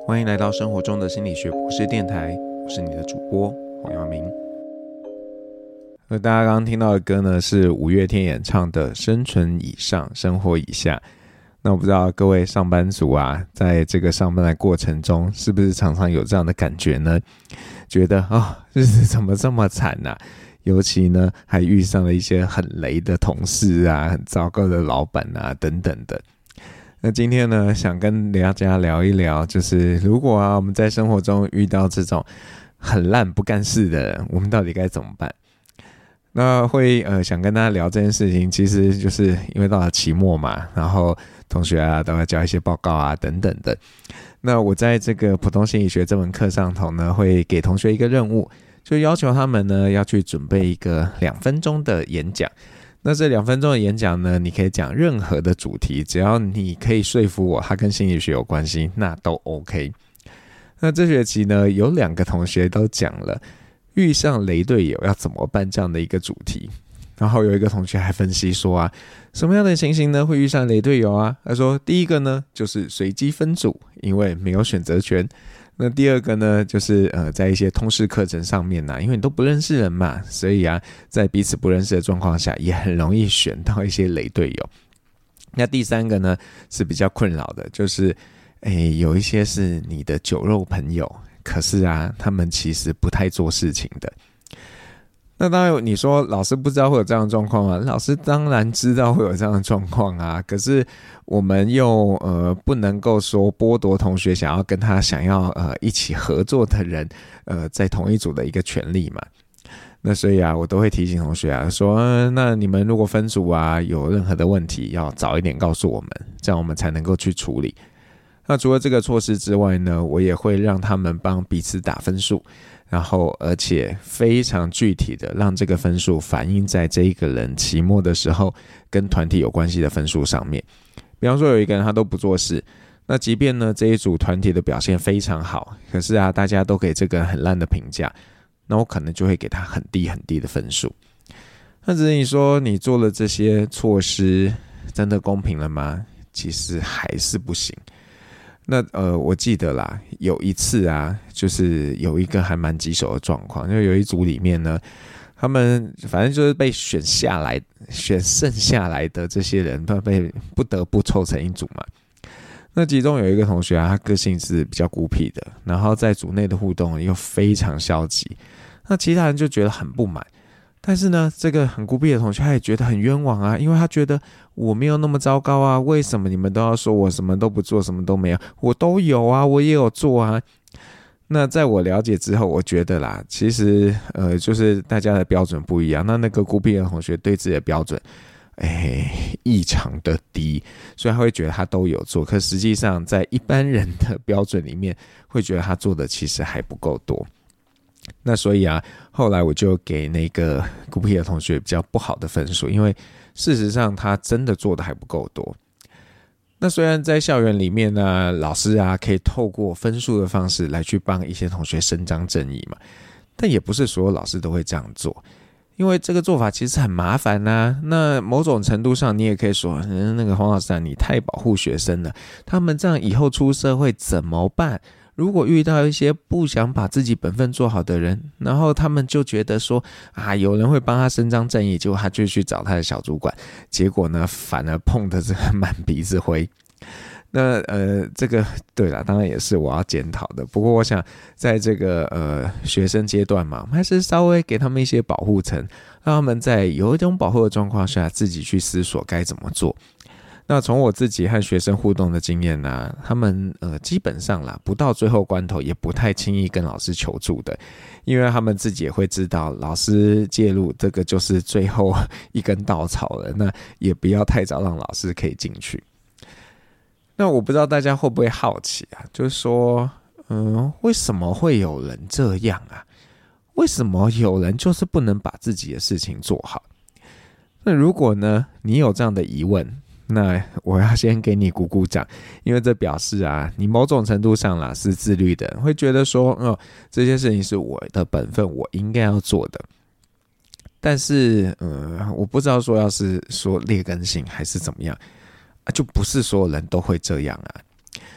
欢迎来到生活中的心理学博士电台，我是你的主播黄耀明。大家刚刚听到的歌呢，是五月天演唱的《生存以上，生活以下》。那我不知道各位上班族啊，在这个上班的过程中，是不是常常有这样的感觉呢？觉得日子怎么这么惨啊？尤其呢，还遇上了一些很雷的同事啊，很糟糕的老板啊，等等的。那今天呢，想跟大家聊一聊，就是如果我们在生活中遇到这种很烂不干事的人，我们到底该怎么办？那会想跟大家聊这件事情，其实就是因为到了期末嘛，然后同学啊都要交一些报告啊等等的。那我在这个普通心理学这门课上头呢，会给同学一个任务，就要求他们呢要去准备一个2分钟的演讲。那这2分钟的演讲呢，你可以讲任何的主题，只要你可以说服我它跟心理学有关系，那都 OK。那这学期呢，有2个同学都讲了遇上雷队友要怎么办这样的一个主题。然后有一个同学还分析说什么样的情形呢会遇上雷队友啊？他说第一个呢就是随机分组，因为没有选择权。那第二个呢就是在一些通识课程上面因为你都不认识人嘛，所以在彼此不认识的状况下，也很容易选到一些雷队友。那第三个呢是比较困扰的，就是有一些是你的酒肉朋友，可是他们其实不太做事情的。那当然你说老师不知道会有这样的状况吗？老师当然知道会有这样的状况可是我们又不能够说剥夺同学想要跟他想要一起合作的人在同一组的一个权利嘛。那所以我都会提醒同学说那你们如果分组有任何的问题要早一点告诉我们，这样我们才能够去处理。那除了这个措施之外呢，我也会让他们帮彼此打分数，然后而且非常具体的让这个分数反映在这一个人期末的时候跟团体有关系的分数上面。比方说有一个人他都不做事，那即便呢这一组团体的表现非常好，可是大家都给这个人很烂的评价，那我可能就会给他很低很低的分数。那只是你说你做了这些措施真的公平了吗？其实还是不行。那我记得啦，有一次就是有一个还蛮棘手的状况，就有一组里面呢，他们反正就是被选剩下来的这些人，被不得不凑成一组嘛。那其中有一个同学他个性是比较孤僻的，然后在组内的互动又非常消极，那其他人就觉得很不满。但是呢，这个很孤僻的同学他也觉得很冤枉因为他觉得我没有那么糟糕为什么你们都要说我什么都不做，什么都没有？我都有我也有做那在我了解之后，我觉得啦，其实就是大家的标准不一样。那个孤僻的同学对自己的标准异常的低，所以他会觉得他都有做，可实际上在一般人的标准里面，会觉得他做的其实还不够多。那所以后来我就给那个孤僻的同学比较不好的分数，因为事实上他真的做的还不够多。那虽然在校园里面老师可以透过分数的方式来去帮一些同学伸张正义嘛，但也不是所有老师都会这样做，因为这个做法其实很麻烦那某种程度上你也可以说那个黄老师你太保护学生了，他们这样以后出社会怎么办？如果遇到一些不想把自己本分做好的人，然后他们就觉得说有人会帮他伸张正义，结果他就去找他的小主管，结果呢反而碰得这个满鼻子灰。那这个对啦，当然也是我要检讨的。不过我想在这个学生阶段嘛，还是稍微给他们一些保护层，让他们在有一种保护的状况下，自己去思索该怎么做。那从我自己和学生互动的经验他们基本上啦，不到最后关头也不太轻易跟老师求助的，因为他们自己也会知道老师介入这个就是最后一根稻草了，那也不要太早让老师可以进去。那我不知道大家会不会好奇就是说为什么会有人这样为什么有人就是不能把自己的事情做好？那如果呢你有这样的疑问，那我要先给你鼓鼓掌，因为这表示你某种程度上是自律的，会觉得说这些事情是我的本分，我应该要做的。但是我不知道说要是说劣根性还是怎么样就不是所有人都会这样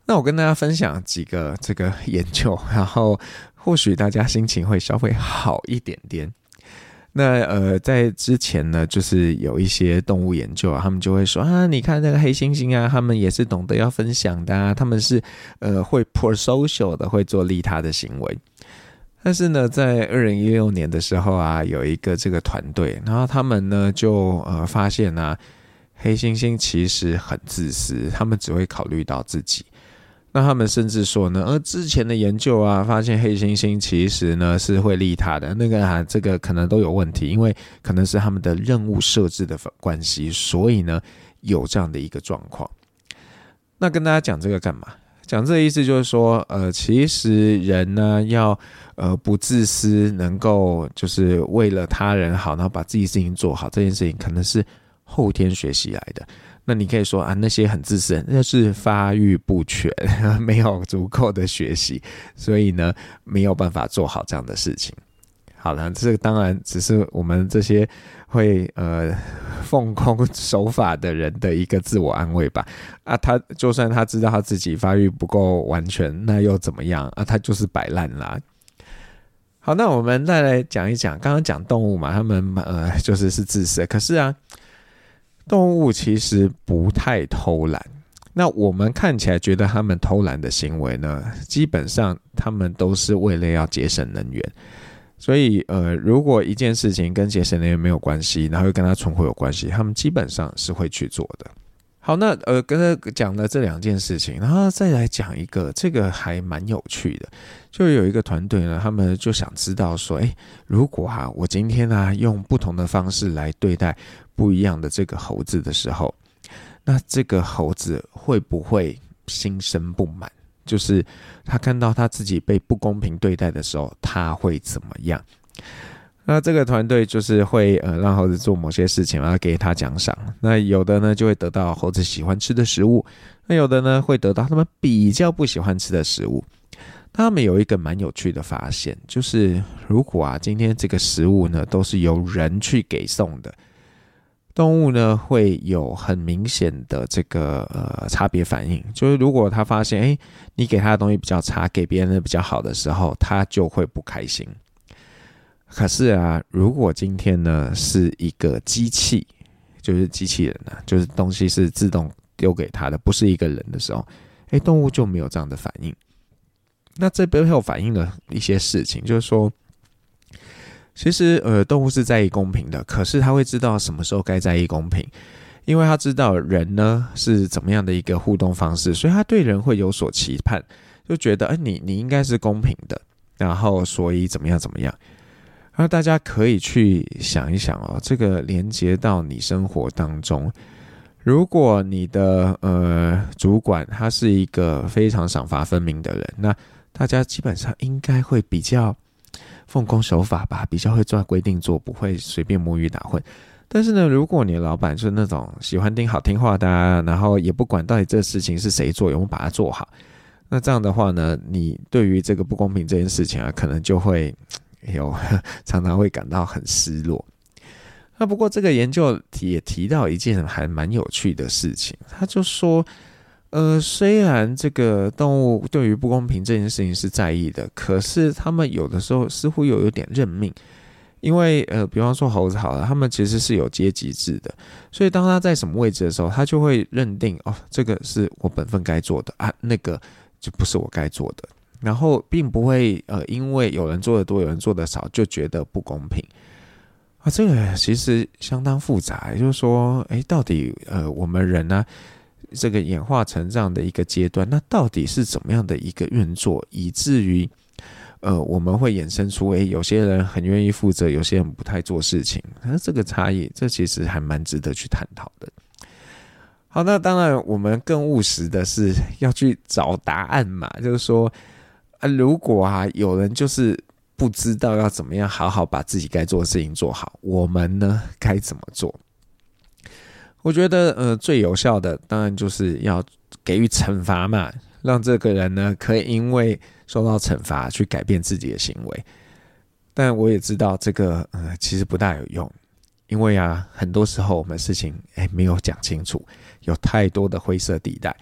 那我跟大家分享几个这个研究，然后或许大家心情会稍微好一点点。那在之前呢，就是有一些动物研究啊，他们就会说啊，你看那个黑猩猩啊，他们也是懂得要分享的啊，他们是会 prosocial 的，会做利他的行为。但是呢，在2016年的时候啊，有一个这个团队，然后他们呢就发现啊，黑猩猩其实很自私，他们只会考虑到自己。那他们甚至说呢，之前的研究啊，发现黑猩猩其实呢是会利他的，这个可能都有问题，因为可能是他们的任务设置的关系，所以呢有这样的一个状况。那跟大家讲这个干嘛？讲这个意思就是说，其实人呢要不自私，能够就是为了他人好，然后把自己事情做好，这件事情可能是后天学习来的。那你可以说啊，那些很自私，那是发育不全，没有足够的学习，所以呢没有办法做好这样的事情。好了，这个当然只是我们这些会奉公守法的人的一个自我安慰吧。啊，他就算他知道他自己发育不够完全，那又怎么样啊？他就是摆烂啦。好，那我们再来讲一讲，刚刚讲动物嘛，他们就是自私的，可是啊，动物其实不太偷懒。那我们看起来觉得他们偷懒的行为呢，基本上他们都是为了要节省能源。所以如果一件事情跟节省能源没有关系，然后又跟它存活有关系，他们基本上是会去做的。好，那跟他讲了这两件事情，然后再来讲一个，这个还蛮有趣的。就有一个团队呢，他们就想知道说，如果我今天用不同的方式来对待不一样的这个猴子的时候，那这个猴子会不会心生不满？就是他看到他自己被不公平对待的时候，他会怎么样？那这个团队就是会让猴子做某些事情，然后给他奖赏。那有的呢就会得到猴子喜欢吃的食物，那有的呢会得到他们比较不喜欢吃的食物。他们有一个蛮有趣的发现，就是如果今天这个食物呢都是由人去给送的，动物呢会有很明显的这个差别反应，就是如果他发现你给他的东西比较差，给别人的比较好的时候，他就会不开心。可是如果今天呢是一个机器，就是机器人就是东西是自动丢给他的，不是一个人的时候，动物就没有这样的反应。那这背后反映了一些事情，就是说其实动物是在意公平的，可是他会知道什么时候该在意公平，因为他知道人呢是怎么样的一个互动方式，所以他对人会有所期盼，就觉得你应该是公平的，然后所以怎么样怎么样。然后大家可以去想一想这个连接到你生活当中，如果你的主管他是一个非常赏罚分明的人，那大家基本上应该会比较奉公守法吧，比较会照规定做，不会随便摸鱼打混。但是呢，如果你的老板是那种喜欢听好听话的然后也不管到底这事情是谁做，有没有把它做好，那这样的话呢，你对于这个不公平这件事情可能就会常常会感到很失落。那不过这个研究也提到一件还蛮有趣的事情，他就说虽然这个动物对于不公平这件事情是在意的，可是他们有的时候似乎有点认命。因为比方说猴子好了，他们其实是有阶级制的，所以当他在什么位置的时候，他就会认定这个是我本分该做的那个就不是我该做的，然后并不会因为有人做的多有人做的少就觉得不公平这个其实相当复杂。也就是说到底我们人这个演化成这样的一个阶段，那到底是怎么样的一个运作，以至于我们会衍生出有些人很愿意负责，有些人不太做事情。那这个差异，这其实还蛮值得去探讨的。好，那当然我们更务实的是要去找答案嘛，就是说如果有人就是不知道要怎么样好好把自己该做的事情做好，我们呢该怎么做？我觉得最有效的当然就是要给予惩罚嘛，让这个人呢可以因为受到惩罚去改变自己的行为。但我也知道这个其实不大有用，因为很多时候我们事情没有讲清楚，有太多的灰色地带，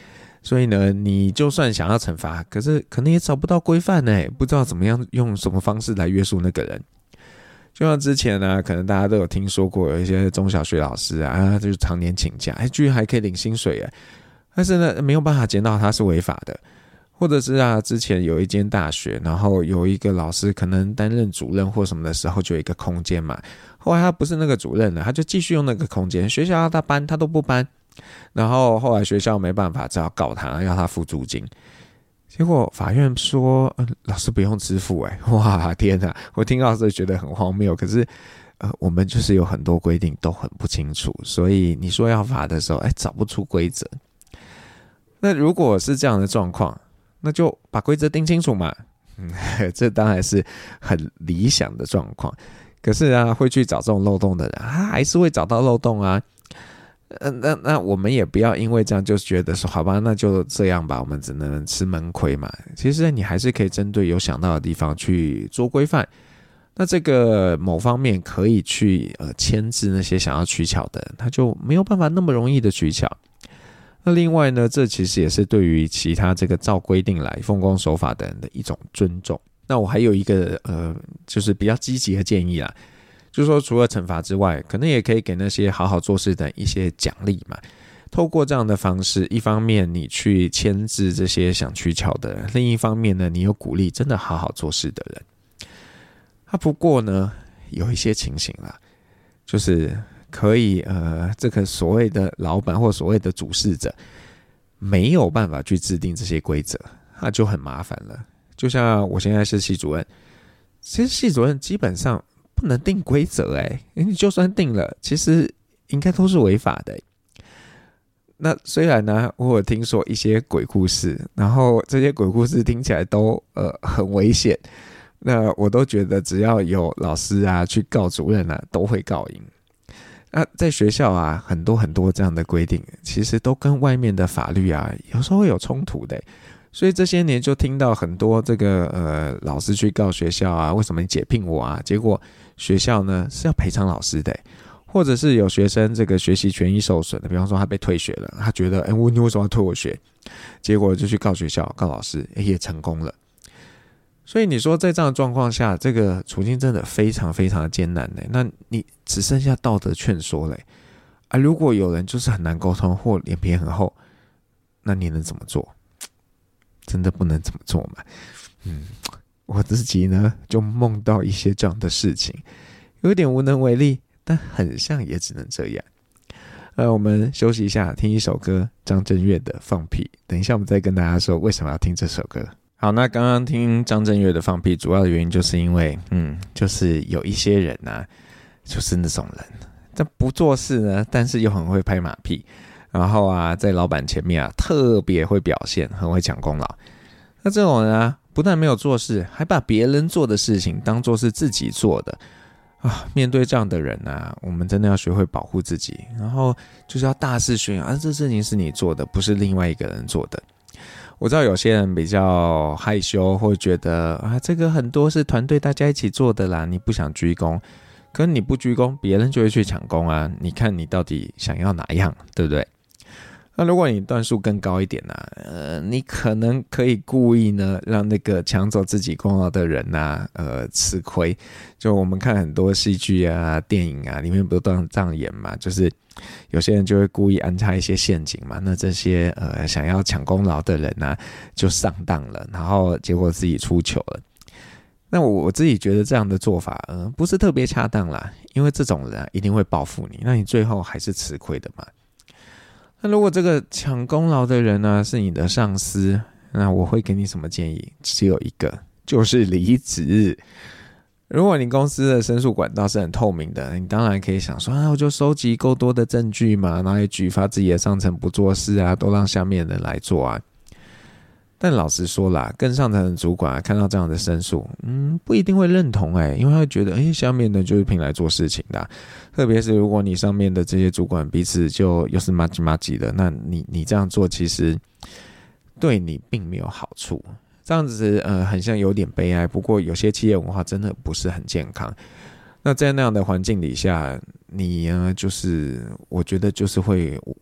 所以呢，你就算想要惩罚，可是可能也找不到规范呢，不知道怎么样用什么方式来约束那个人。就像之前呢，可能大家都有听说过有一些中小学老师啊，就是常年请假，居然还可以领薪水耶，但是呢，没有办法检讨他是违法的。或者是啊，之前有一间大学，然后有一个老师可能担任主任或什么的时候，就有一个空间嘛。后来他不是那个主任了，他就继续用那个空间，学校要他搬他都不搬，然后后来学校没办法，只好告他，要他付租金。结果法院说，老师不用支付，哇天哪！我听到是觉得很荒谬，可是我们就是有很多规定都很不清楚，所以你说要罚的时候，找不出规则。那如果是这样的状况，那就把规则定清楚嘛。这当然是很理想的状况。可是啊，会去找这种漏洞的人，他还是会找到漏洞啊。那我们也不要因为这样就觉得说，好吧，那就这样吧，我们只能吃闷亏嘛。其实你还是可以针对有想到的地方去做规范。那这个某方面可以去牵制那些想要取巧的人，他就没有办法那么容易的取巧。那另外呢，这其实也是对于其他这个照规定来奉公守法的人的一种尊重。那我还有一个就是比较积极的建议啦，就是说除了惩罚之外，可能也可以给那些好好做事的人一些奖励嘛。透过这样的方式，一方面你去牵制这些想取巧的人，另一方面呢，你又鼓励真的好好做事的人。不过呢，有一些情形啦，就是可以这个所谓的老板或所谓的主事者没有办法去制定这些规则，那就很麻烦了。就像我现在是系主任，其实系主任基本上不能定规则你就算定了，其实应该都是违法的。那虽然呢，我有听说一些鬼故事，然后这些鬼故事听起来都很危险，那我都觉得只要有老师啊去告主任啊，都会告赢。那在学校啊，很多很多这样的规定，其实都跟外面的法律啊，有时候会有冲突的。所以这些年就听到很多这个老师去告学校啊，为什么你解聘我啊？结果学校呢是要赔偿老师的，或者是有学生这个学习权益受损的，比方说他被退学了，他觉得你为什么要退我学？结果就去告学校、告老师，也成功了。所以你说在这样的状况下，这个处境真的非常非常的艰难嘞。那你只剩下道德劝说嘞如果有人就是很难沟通或脸皮很厚，那你能怎么做？真的不能怎么做嘛。我自己呢就梦到一些这样的事情，有点无能为力，但很像也只能这样。我们休息一下，听一首歌，张震岳的《放屁》。等一下我们再跟大家说为什么要听这首歌。好，那刚刚听张震岳的《放屁》，主要的原因就是因为就是有一些人啊，就是那种人，但不做事呢，但是又很会拍马屁，然后啊，在老板前面啊特别会表现，很会抢功劳。那这种人啊，不但没有做事，还把别人做的事情当作是自己做的面对这样的人啊，我们真的要学会保护自己，然后就是要大肆宣扬这事情是你做的，不是另外一个人做的。我知道有些人比较害羞，或觉得这个很多是团队大家一起做的啦，你不想鞠躬，可是你不鞠躬，别人就会去抢功啊。你看你到底想要哪样，对不对？那如果你段数更高一点你可能可以故意呢让那个抢走自己功劳的人吃亏。就我们看很多戏剧啊、电影啊，里面不是都这样演嘛？就是有些人就会故意安插一些陷阱嘛，那这些想要抢功劳的人就上当了，然后结果自己出糗了。那我自己觉得这样的做法不是特别恰当啦，因为这种人一定会报复你，那你最后还是吃亏的嘛。那如果这个抢功劳的人是你的上司，那我会给你什么建议？只有一个，就是离职。如果你公司的申诉管道是很透明的，你当然可以想说我就收集够多的证据嘛，然后也举发自己的上层不做事都让下面的人来做但老实说啦，更上层的主管看到这样的申诉不一定会认同因为他会觉得下面的就是拼来做事情的特别是如果你上面的这些主管彼此就又是麻吉麻吉的，那你这样做其实对你并没有好处。这样子很像有点悲哀，不过有些企业文化真的不是很健康。那在那样的环境底下，你就是我觉得就是会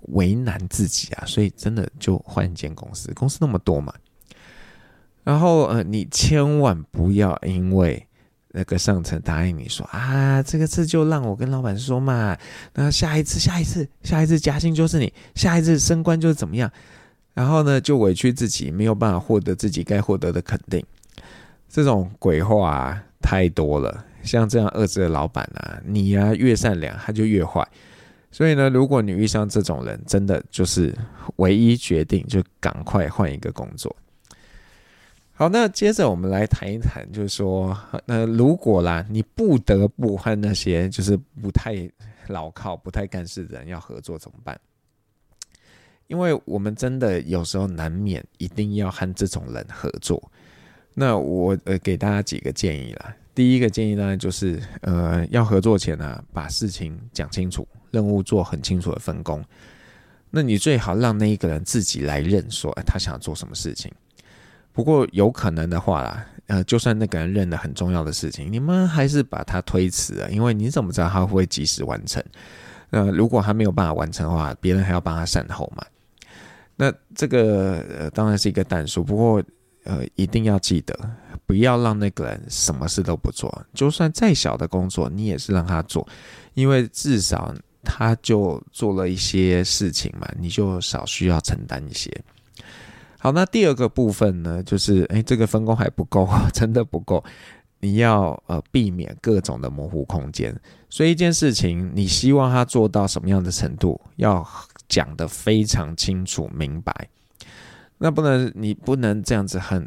为难自己啊，所以真的就换一间公司，公司那么多嘛。然后你千万不要因为那个上层答应你说啊，这个次就让我跟老板说嘛，那下一次加薪就是你，下一次升官就是怎么样，然后呢就委屈自己，没有办法获得自己该获得的肯定。这种鬼话啊太多了，像这样恶质的老板啊，你啊越善良他就越坏。所以呢，如果你遇上这种人，真的就是唯一决定就赶快换一个工作。好，那接着我们来谈一谈，就是说，如果啦，你不得不和那些就是不太牢靠、不太干事的人要合作，怎么办？因为我们真的有时候难免一定要和这种人合作。那我给大家几个建议啦。第一个建议当然就是要合作前啊，把事情讲清楚，任务做很清楚的分工。那你最好让那一个人自己来认说，他想做什么事情。不过有可能的话啦，就算那个人认了很重要的事情，你们还是把他推迟了，因为你怎么知道他会不会及时完成？如果他没有办法完成的话，别人还要帮他善后嘛。那这个当然是一个但书，不过一定要记得，不要让那个人什么事都不做，就算再小的工作，你也是让他做，因为至少他就做了一些事情嘛，你就少需要承担一些。好，那第二个部分呢，就是这个分工还不够，真的不够，你要避免各种的模糊空间。所以一件事情，你希望他做到什么样的程度，要讲得非常清楚明白。那你不能这样子很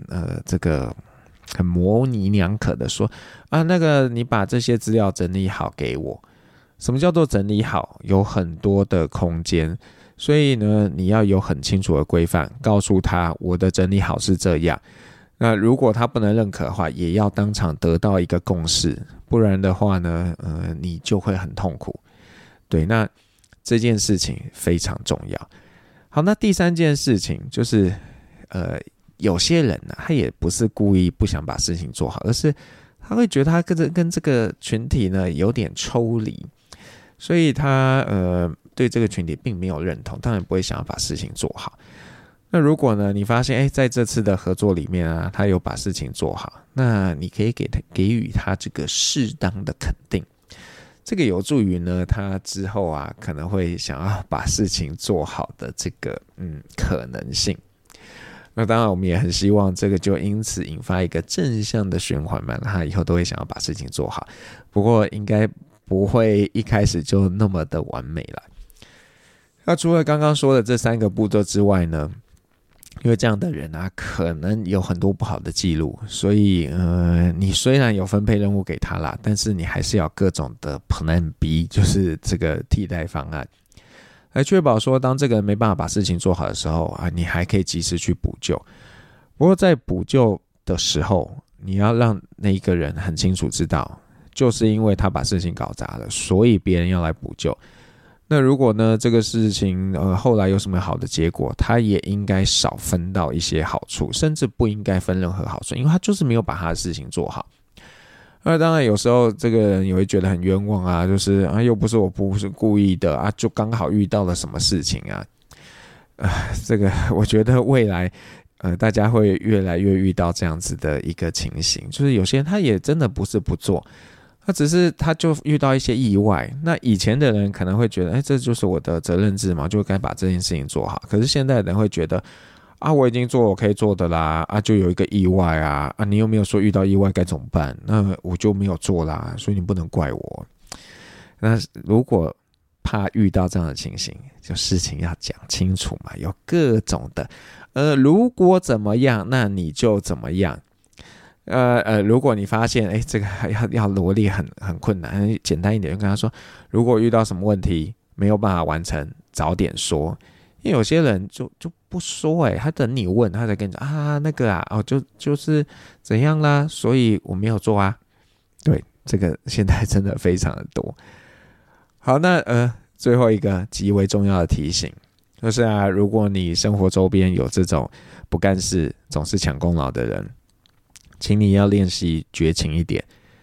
模棱两可的说啊，那个你把这些资料整理好给我。什么叫做整理好？有很多的空间。所以呢，你要有很清楚的规范，告诉他我的整理好是这样。那如果他不能认可的话，也要当场得到一个共识，不然的话呢，你就会很痛苦。对，那这件事情非常重要。好，那第三件事情就是，有些人呢，他也不是故意不想把事情做好，而是他会觉得他跟这个群体呢有点抽离，所以他对这个群体并没有认同，当然不会想要把事情做好。那如果呢，你发现在这次的合作里面啊，他有把事情做好，那你可以给予他这个适当的肯定，这个有助于呢，他之后啊可能会想要把事情做好的这个可能性。那当然，我们也很希望这个就因此引发一个正向的循环嘛，他以后都会想要把事情做好。不过应该不会一开始就那么的完美了。那除了刚刚说的这3个步骤之外呢，因为这样的人啊，可能有很多不好的记录，所以你虽然有分配任务给他啦，但是你还是要各种的 Plan B， 就是这个替代方案，来确保说当这个人没办法把事情做好的时候啊，你还可以及时去补救。不过在补救的时候，你要让那一个人很清楚知道，就是因为他把事情搞砸了，所以别人要来补救。那如果呢这个事情后来有什么好的结果，他也应该少分到一些好处，甚至不应该分任何好处，因为他就是没有把他的事情做好。那当然有时候这个人也会觉得很冤枉啊，就是又不是我不是故意的啊，就刚好遇到了什么事情啊。这个我觉得未来大家会越来越遇到这样子的一个情形，就是有些人他也真的不是不做，他就遇到一些意外。那以前的人可能会觉得这就是我的责任制嘛，就该把这件事情做好。可是现在的人会觉得我已经做我可以做的啦，就有一个意外啊，你又没有说遇到意外该怎么办，那我就没有做啦，所以你不能怪我。那如果怕遇到这样的情形，就事情要讲清楚嘛，有各种的如果怎么样，那你就怎么样。如果你发现这个要罗列很困难，简单一点就跟他说，如果遇到什么问题没有办法完成，早点说。因为有些人就不说他等你问，他才跟你讲那个就是怎样啦，所以我没有做啊。对，这个现在真的非常的多。好，那最后一个极为重要的提醒就是如果你生活周边有这种不干事总是抢功劳的人，请你要练习绝情一点。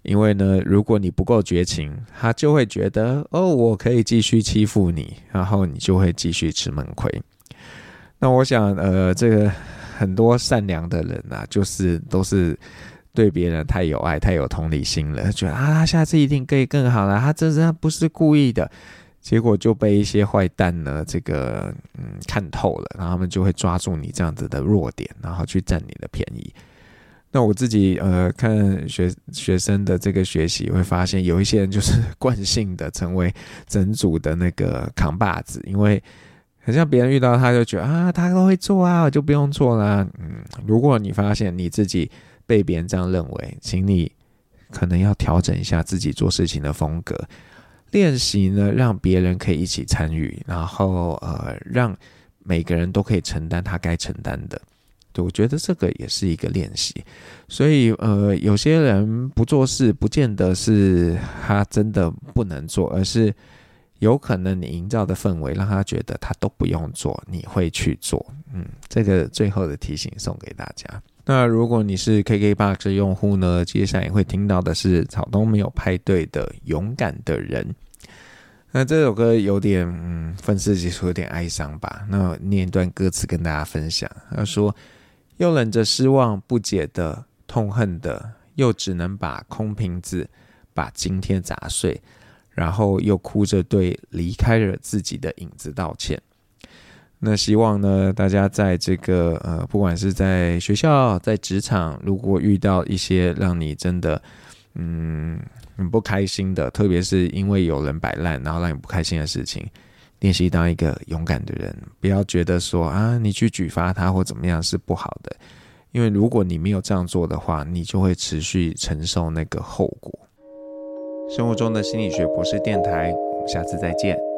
因为呢，如果你不够绝情，他就会觉得我可以继续欺负你，然后你就会继续吃闷亏。那我想这个很多善良的人啊，就是都是对别人太有爱太有同理心了，觉得他下次一定可以更好了，他真的不是故意的，结果就被一些坏蛋呢这个看透了，然后他们就会抓住你这样子的弱点，然后去占你的便宜。那我自己看学生的这个学习会发现，有一些人就是惯性的成为整组的那个扛把子，因为很像别人遇到他就觉得他都会做啊，我就不用做啦。如果你发现你自己被别人这样认为，请你可能要调整一下自己做事情的风格，练习呢让别人可以一起参与，然后让每个人都可以承担他该承担的。对，我觉得这个也是一个练习。所以有些人不做事不见得是他真的不能做，而是有可能你营造的氛围让他觉得他都不用做，你会去做。这个最后的提醒送给大家。那如果你是 KKBOX 的用户呢，接下来会听到的是草东没有派对的勇敢的人。那这首歌有点愤世嫉俗，有点哀伤吧。那我念一段歌词跟大家分享。他说，又忍着失望不解的痛恨的，又只能把空瓶子把今天砸碎，然后又哭着对离开了自己的影子道歉。那希望呢，大家在这个不管是在学校在职场，如果遇到一些让你真的很不开心的，特别是因为有人摆烂然后让你不开心的事情，练习当一个勇敢的人，不要觉得说你去举发他或怎么样是不好的，因为如果你没有这样做的话，你就会持续承受那个后果。生活中的心理学博士电台，我们下次再见。